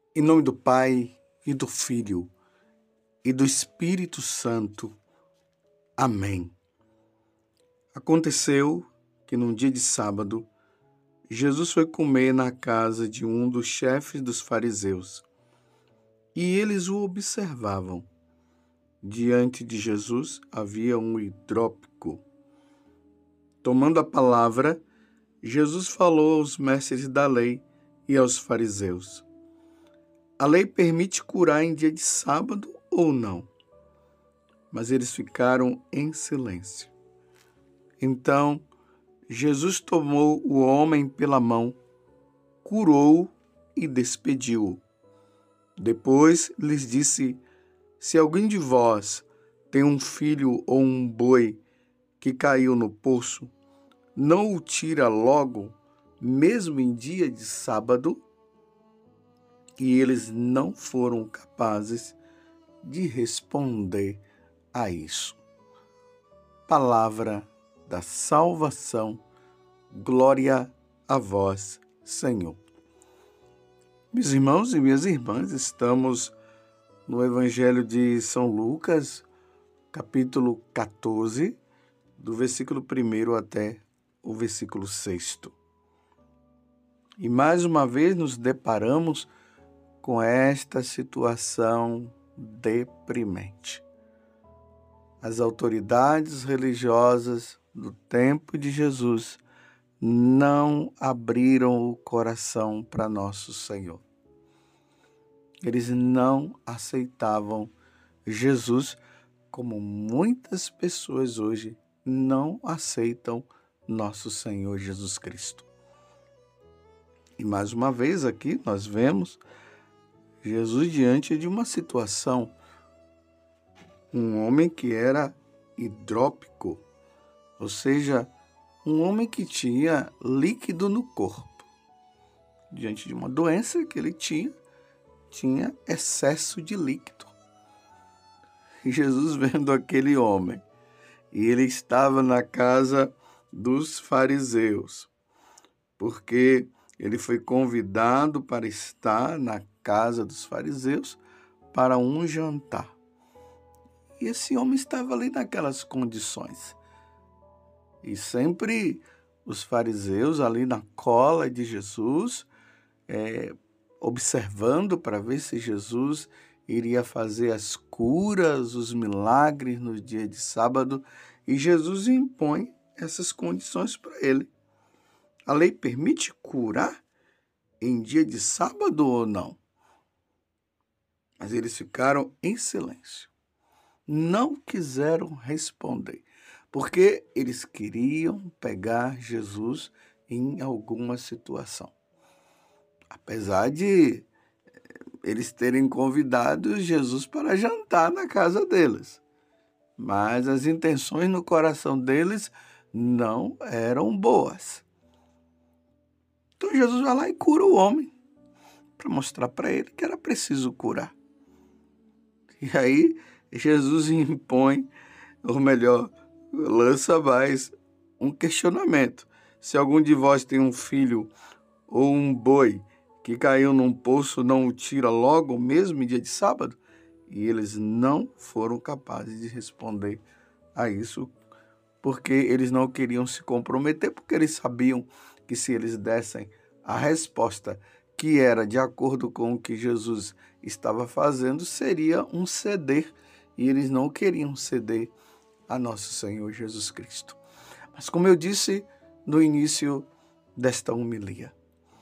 Em nome do Pai, e do Filho, e do Espírito Santo. Amém. Aconteceu que num dia de sábado, Jesus foi comer na casa de um dos chefes dos fariseus, e eles o observavam. Diante de Jesus havia um hidrópico. Tomando a palavra, Jesus falou aos mestres da lei e aos fariseus: a lei permite curar em dia de sábado ou não? Mas eles ficaram em silêncio. Então, Jesus tomou o homem pela mão, curou-o e despediu-o. Depois lhes disse: se alguém de vós tem um filho ou um boi que caiu no poço, não o tira logo, mesmo em dia de sábado? E eles não foram capazes de responder a isso. Palavra da salvação, glória a vós, Senhor. Meus irmãos e minhas irmãs, estamos no Evangelho de São Lucas, capítulo 14, do versículo 1 até o versículo 6. E mais uma vez nos deparamos com esta situação deprimente. As autoridades religiosas do tempo de Jesus não abriram o coração para nosso Senhor. Eles não aceitavam Jesus como muitas pessoas hoje não aceitam nosso Senhor Jesus Cristo. E mais uma vez aqui nós vemos Jesus diante de uma situação. Um homem que era hidrópico, ou seja, um homem que tinha líquido no corpo. Diante de uma doença que ele tinha excesso de líquido. E Jesus vendo aquele homem, e ele estava na casa dos fariseus, porque ele foi convidado para estar na casa dos fariseus para um jantar. E esse homem estava ali naquelas condições. E sempre os fariseus ali na cola de Jesus, observando para ver se Jesus iria fazer as curas, os milagres no dia de sábado. E Jesus impõe essas condições para ele. A lei permite curar em dia de sábado ou não? Mas eles ficaram em silêncio. Não quiseram responder, porque eles queriam pegar Jesus em alguma situação. Apesar de eles terem convidado Jesus para jantar na casa deles, mas as intenções no coração deles não eram boas. Então Jesus vai lá e cura o homem, para mostrar para ele que era preciso curar. E aí Jesus impõe, ou melhor, lança mais um questionamento. Se algum de vós tem um filho ou um boi que caiu num poço, não o tira logo, mesmo em dia de sábado? E eles não foram capazes de responder a isso, porque eles não queriam se comprometer, porque eles sabiam que se eles dessem a resposta que era de acordo com o que Jesus estava fazendo, seria um ceder, e eles não queriam ceder a nosso Senhor Jesus Cristo. Mas como eu disse no início desta homilia,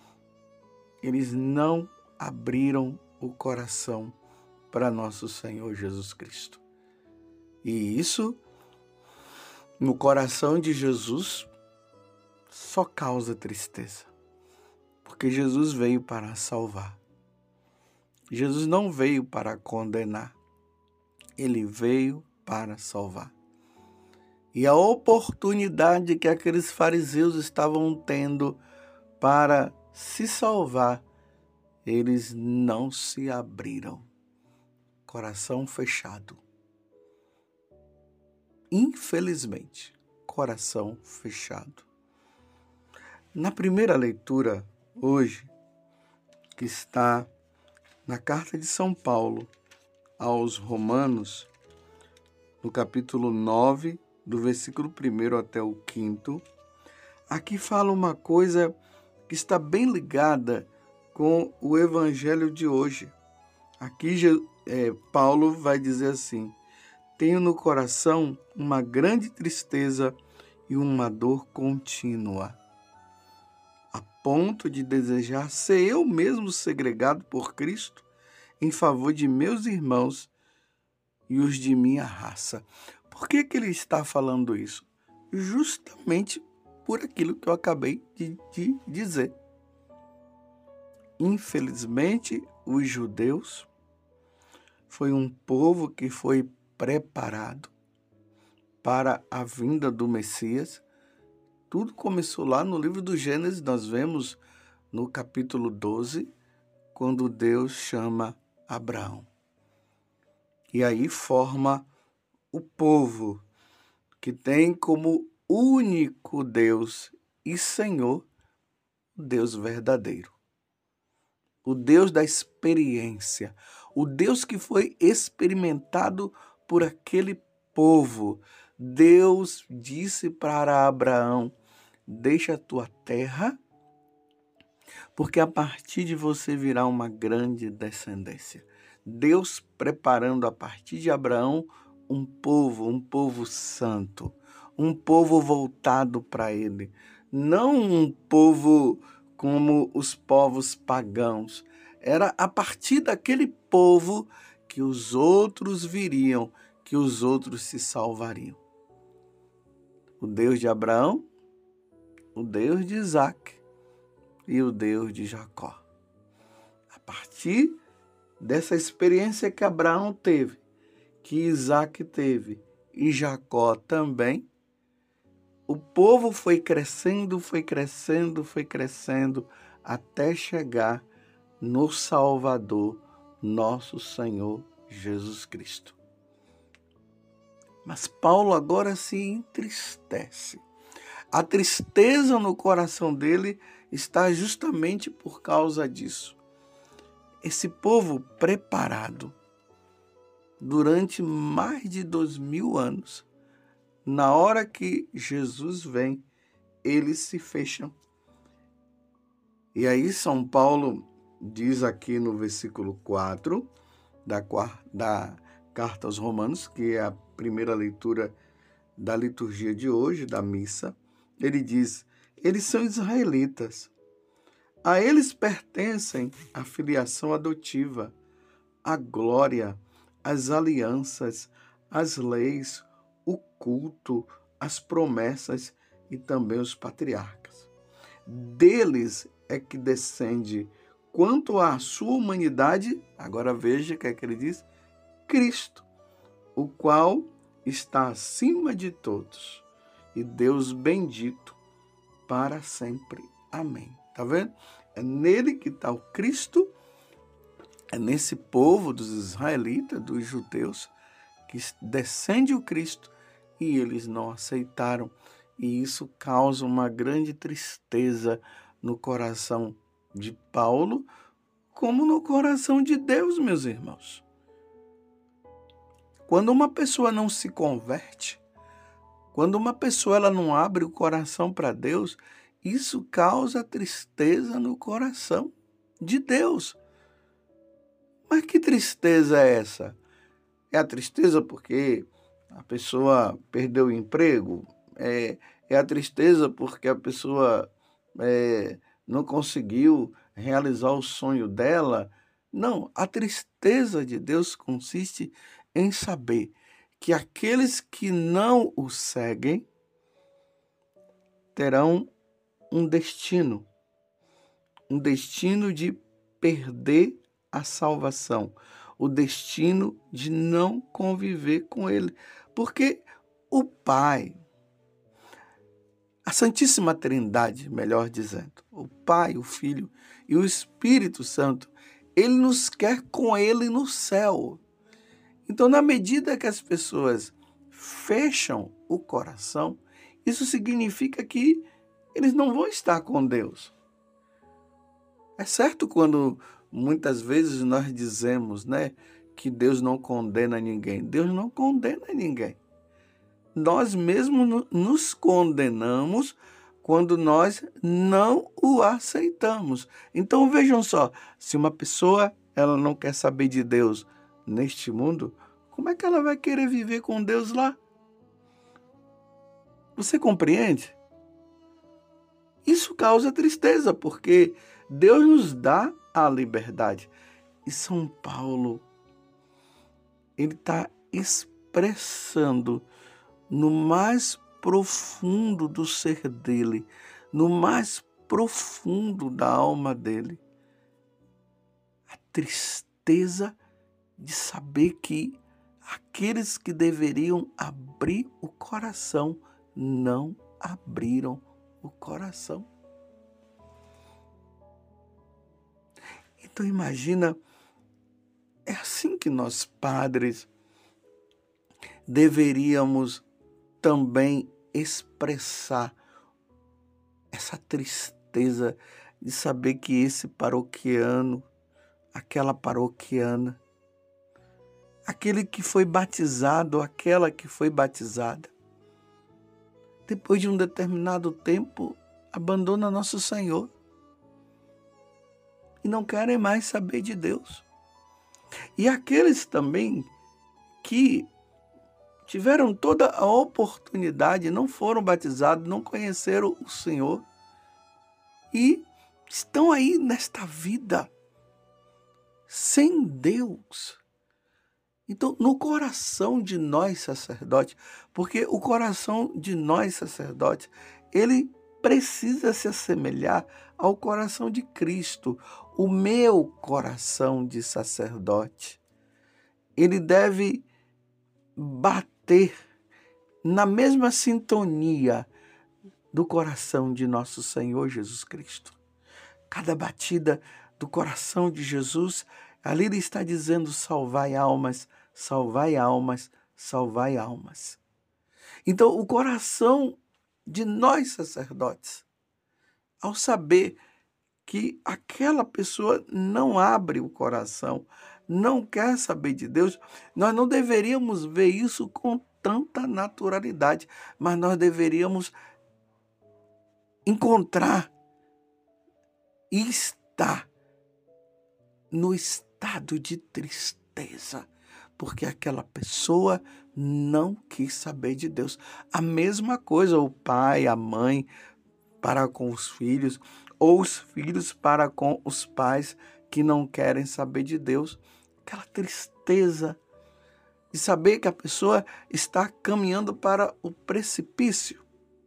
eles não abriram o coração para nosso Senhor Jesus Cristo. E isso, no coração de Jesus, só causa tristeza, porque Jesus veio para salvar. Jesus não veio para condenar, ele veio para salvar. E a oportunidade que aqueles fariseus estavam tendo para se salvar, eles não se abriram. Coração fechado. Infelizmente, coração fechado. Na primeira leitura, hoje, que está Na carta de São Paulo aos Romanos, no capítulo 9, do versículo 1 até o 5, aqui fala uma coisa que está bem ligada com o evangelho de hoje. Aqui Paulo vai dizer assim: tenho no coração uma grande tristeza e uma dor contínua, a ponto de desejar ser eu mesmo segregado por Cristo em favor de meus irmãos e os de minha raça. Por que ele está falando isso? Justamente por aquilo que eu acabei de dizer. Infelizmente, os judeus foi um povo que foi preparado para a vinda do Messias. Tudo começou lá no livro do Gênesis, nós vemos no capítulo 12, quando Deus chama Abraão. E aí forma o povo que tem como único Deus e Senhor o Deus verdadeiro. O Deus da experiência, o Deus que foi experimentado por aquele povo. Deus disse para Abraão: deixa a tua terra, porque a partir de você virá uma grande descendência. Deus preparando a partir de Abraão um povo santo, um povo voltado para ele, não um povo como os povos pagãos. Era a partir daquele povo que os outros viriam, que os outros se salvariam. O Deus de Abraão, o Deus de Isaac e o Deus de Jacó. A partir dessa experiência que Abraão teve, que Isaac teve e Jacó também, o povo foi crescendo, até chegar no Salvador, nosso Senhor Jesus Cristo. Mas Paulo agora se entristece. A tristeza no coração dele está justamente por causa disso. Esse povo preparado durante mais de 2000 anos, na hora que Jesus vem, eles se fecham. E aí São Paulo diz aqui no versículo 4 da carta aos Romanos, que é a primeira leitura da liturgia de hoje, da missa, ele diz: eles são israelitas. A eles pertencem a filiação adotiva, a glória, as alianças, as leis, o culto, as promessas e também os patriarcas. Deles é que descende, quanto à sua humanidade, agora veja o que é que ele diz, Cristo, o qual está acima de todos, e Deus bendito para sempre. Amém. Está vendo? É nele que está o Cristo, é nesse povo dos israelitas, dos judeus, que descende o Cristo e eles não aceitaram. E isso causa uma grande tristeza no coração de Paulo, como no coração de Deus, meus irmãos. Quando uma pessoa não se converte, quando uma pessoa ela não abre o coração para Deus, isso causa tristeza no coração de Deus. Mas que tristeza é essa? É a tristeza porque a pessoa perdeu o emprego? É a tristeza porque a pessoa não conseguiu realizar o sonho dela? Não, a tristeza de Deus consiste em saber que aqueles que não o seguem terão um destino de perder a salvação, o destino de não conviver com ele. Porque o Pai, a Santíssima Trindade, melhor dizendo, o Pai, o Filho e o Espírito Santo, ele nos quer com ele no céu. Então, na medida que as pessoas fecham o coração, isso significa que eles não vão estar com Deus. É certo quando Muitas vezes nós dizemos, né, que Deus não condena ninguém. Deus não condena ninguém. Nós mesmos nos condenamos quando nós não o aceitamos. Então vejam só, se uma pessoa ela não quer saber de Deus neste mundo, como é que ela vai querer viver com Deus lá? Você compreende? Isso causa tristeza, porque Deus nos dá a liberdade. E São Paulo, ele está expressando no mais profundo do ser dele, no mais profundo da alma dele, a tristeza de saber que aqueles que deveriam abrir o coração não abriram o coração. Então imagina, é assim que nós padres deveríamos também expressar essa tristeza de saber que esse paroquiano, aquela paroquiana, aquele que foi batizado, aquela que foi batizada, depois de um determinado tempo, abandona nosso Senhor e não querem mais saber de Deus. E aqueles também que tiveram toda a oportunidade, não foram batizados, não conheceram o Senhor e estão aí nesta vida sem Deus. Então, no coração de nós sacerdotes, porque o coração de nós sacerdotes, ele precisa se assemelhar ao coração de Cristo. O meu coração de sacerdote, ele deve bater na mesma sintonia do coração de nosso Senhor Jesus Cristo. Cada batida do coração de Jesus, ali ele está dizendo: salvai almas, salvai almas, salvai almas. Então, o coração de nós sacerdotes, ao saber que aquela pessoa não abre o coração, não quer saber de Deus, nós não deveríamos ver isso com tanta naturalidade, mas nós deveríamos encontrar e estar no estado de tristeza, porque aquela pessoa não quis saber de Deus. A mesma coisa o pai, a mãe para com os filhos, ou os filhos para com os pais que não querem saber de Deus. Aquela tristeza de saber que a pessoa está caminhando para o precipício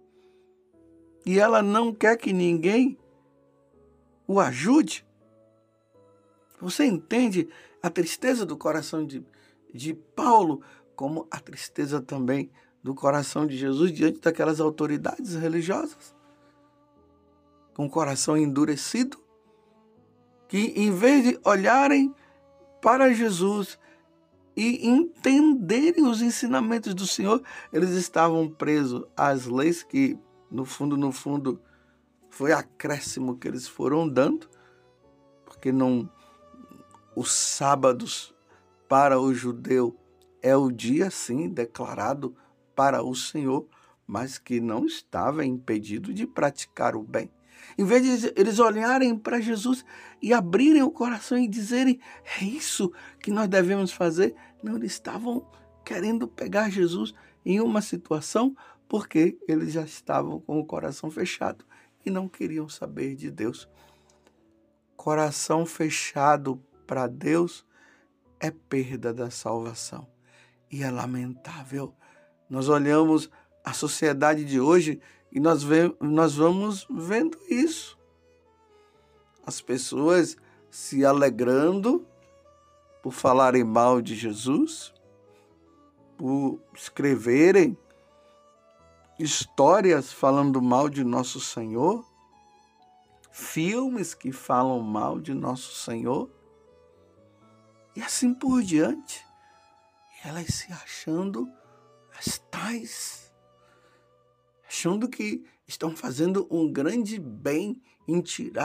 e ela não quer que ninguém o ajude. Você entende a tristeza do coração de Paulo, como a tristeza também do coração de Jesus diante daquelas autoridades religiosas, com o coração endurecido, que em vez de olharem para Jesus e entenderem os ensinamentos do Senhor, eles estavam presos às leis que, no fundo, foi acréscimo que eles foram dando, porque não, os sábados para o judeu é o dia, sim, declarado para o Senhor, mas que não estava impedido de praticar o bem. Em vez de eles olharem para Jesus e abrirem o coração e dizerem: é isso que nós devemos fazer, não, eles estavam querendo pegar Jesus em uma situação porque eles já estavam com o coração fechado e não queriam saber de Deus. Coração fechado para Deus é perda da salvação. E é lamentável. Nós olhamos a sociedade de hoje e nós vamos vendo isso. As pessoas se alegrando por falarem mal de Jesus, por escreverem histórias falando mal de nosso Senhor, filmes que falam mal de nosso Senhor, e assim por diante. Elas se achando as tais, achando que estão fazendo um grande bem em tirar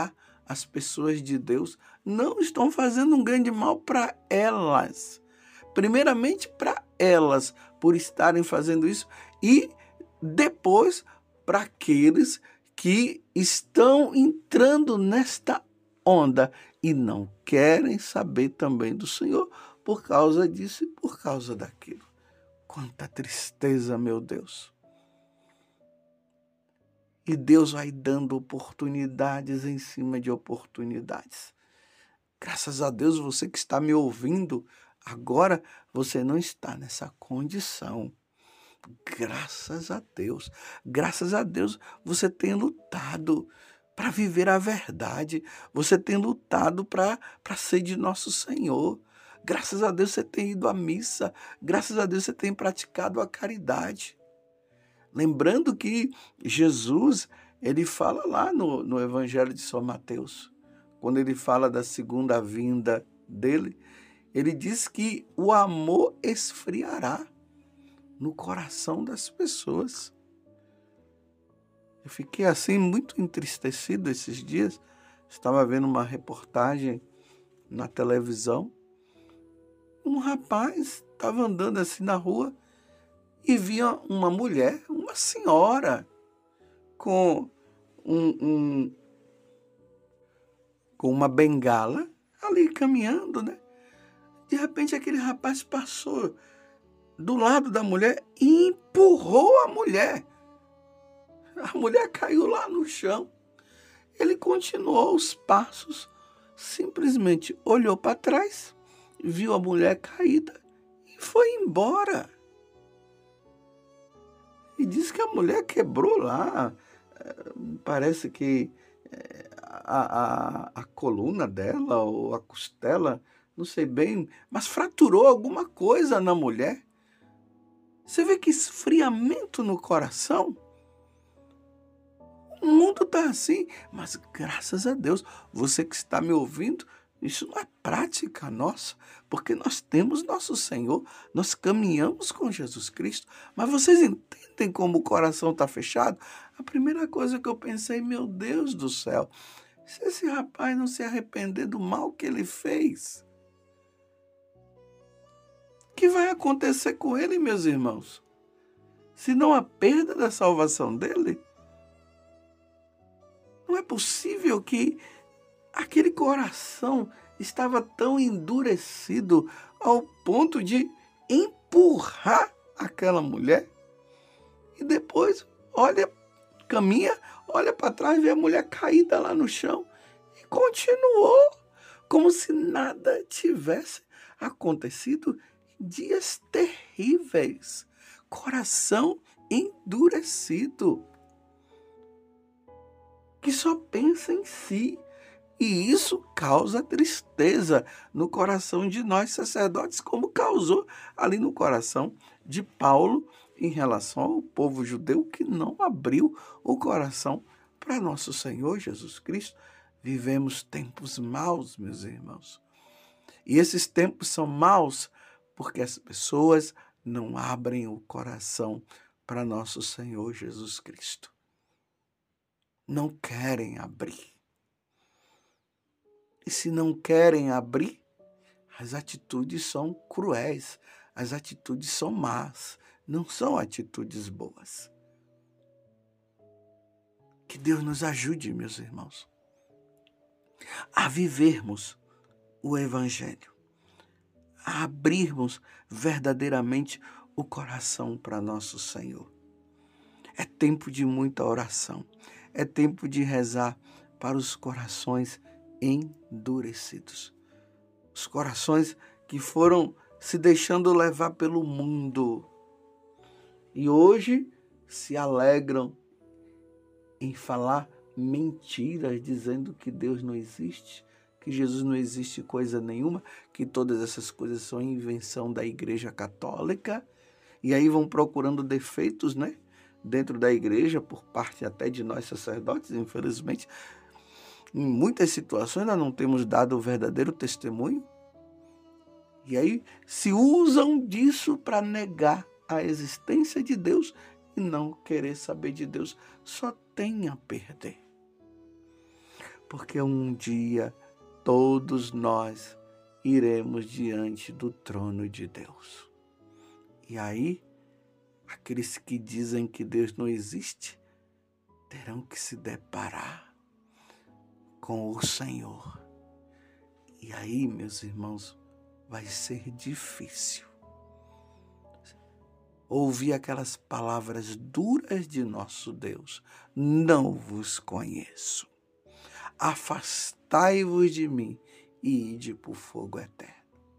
as pessoas de Deus não estão fazendo um grande mal para elas. Primeiramente para elas, por estarem fazendo isso, e depois para aqueles que estão entrando nesta onda e não querem saber também do Senhor por causa disso e por causa daquilo. Quanta tristeza, meu Deus. E Deus vai dando oportunidades em cima de oportunidades. Graças a Deus, você que está me ouvindo agora, você não está nessa condição. Graças a Deus. Graças a Deus, você tem lutado para viver a verdade. Você tem lutado para ser de nosso Senhor. Graças a Deus, você tem ido à missa. Graças a Deus, você tem praticado a caridade. Lembrando que Jesus, ele fala lá no Evangelho de São Mateus, quando ele fala da segunda vinda dele, ele diz que o amor esfriará no coração das pessoas. Eu fiquei assim muito entristecido esses dias. Estava vendo uma reportagem na televisão. Um rapaz estava andando assim na rua e via uma mulher, uma senhora, com com uma bengala ali caminhando, né? De repente aquele rapaz passou do lado da mulher e empurrou a mulher. A mulher caiu lá no chão. Ele continuou os passos, simplesmente olhou para trás, viu a mulher caída e foi embora. E diz que a mulher quebrou lá, parece que a coluna dela ou a costela, não sei bem, mas fraturou alguma coisa na mulher. Você vê que esfriamento no coração. O mundo está assim, mas graças a Deus, você que está me ouvindo, isso não é prática nossa, porque nós temos nosso Senhor, nós caminhamos com Jesus Cristo, mas vocês entendem como o coração está fechado? A primeira coisa que eu pensei, meu Deus do céu, se esse rapaz não se arrepender do mal que ele fez, o que vai acontecer com ele, meus irmãos? Se não a perda da salvação dele? Não é possível que aquele coração estava tão endurecido ao ponto de empurrar aquela mulher e depois caminha, olha para trás, vê a mulher caída lá no chão e continuou como se nada tivesse acontecido. Dias terríveis, coração endurecido, que só pensa em si. E isso causa tristeza no coração de nós sacerdotes, como causou ali no coração de Paulo em relação ao povo judeu que não abriu o coração para nosso Senhor Jesus Cristo. Vivemos tempos maus, meus irmãos. E esses tempos são maus porque as pessoas não abrem o coração para nosso Senhor Jesus Cristo. Não querem abrir. E se não querem abrir, as atitudes são cruéis, as atitudes são más, não são atitudes boas. Que Deus nos ajude, meus irmãos, a vivermos o Evangelho, a abrirmos verdadeiramente o coração para nosso Senhor. É tempo de muita oração, é tempo de rezar para os corações endurecidos. Os corações que foram se deixando levar pelo mundo e hoje se alegram em falar mentiras, dizendo que Deus não existe, que Jesus não existe coisa nenhuma, que todas essas coisas são invenção da Igreja Católica, e aí vão procurando defeitos, né, dentro da igreja, por parte até de nós sacerdotes, infelizmente. Em muitas situações nós não temos dado o verdadeiro testemunho. E aí se usam disso para negar a existência de Deus e não querer saber de Deus. Só tem a perder. porque um dia todos nós iremos diante do trono de Deus. E aí, aqueles que dizem que Deus não existe, terão que se deparar com o Senhor. E aí, meus irmãos, vai ser difícil ouvir aquelas palavras duras de nosso Deus: não vos conheço. Afastai-vos de mim e ide para o fogo eterno.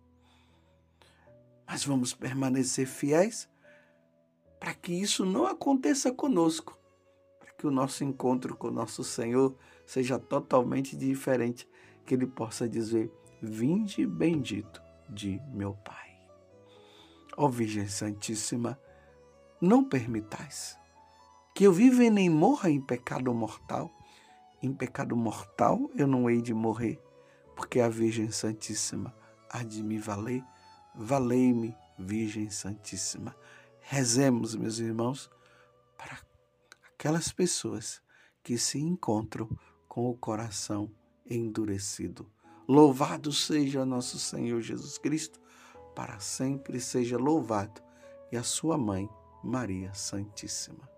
Mas vamos permanecer fiéis para que isso não aconteça conosco, para que o nosso encontro com o nosso Senhor seja totalmente diferente, que Ele possa dizer: vinde bendito de meu Pai. Ó Virgem Santíssima, não permitais que eu viva e nem morra em pecado mortal. Em pecado mortal eu não hei de morrer, porque a Virgem Santíssima há de me valer. Valei-me, Virgem Santíssima. Rezemos, meus irmãos, para aquelas pessoas que se encontram com o coração endurecido. Louvado seja nosso Senhor Jesus Cristo, para sempre seja louvado, e a sua mãe, Maria Santíssima.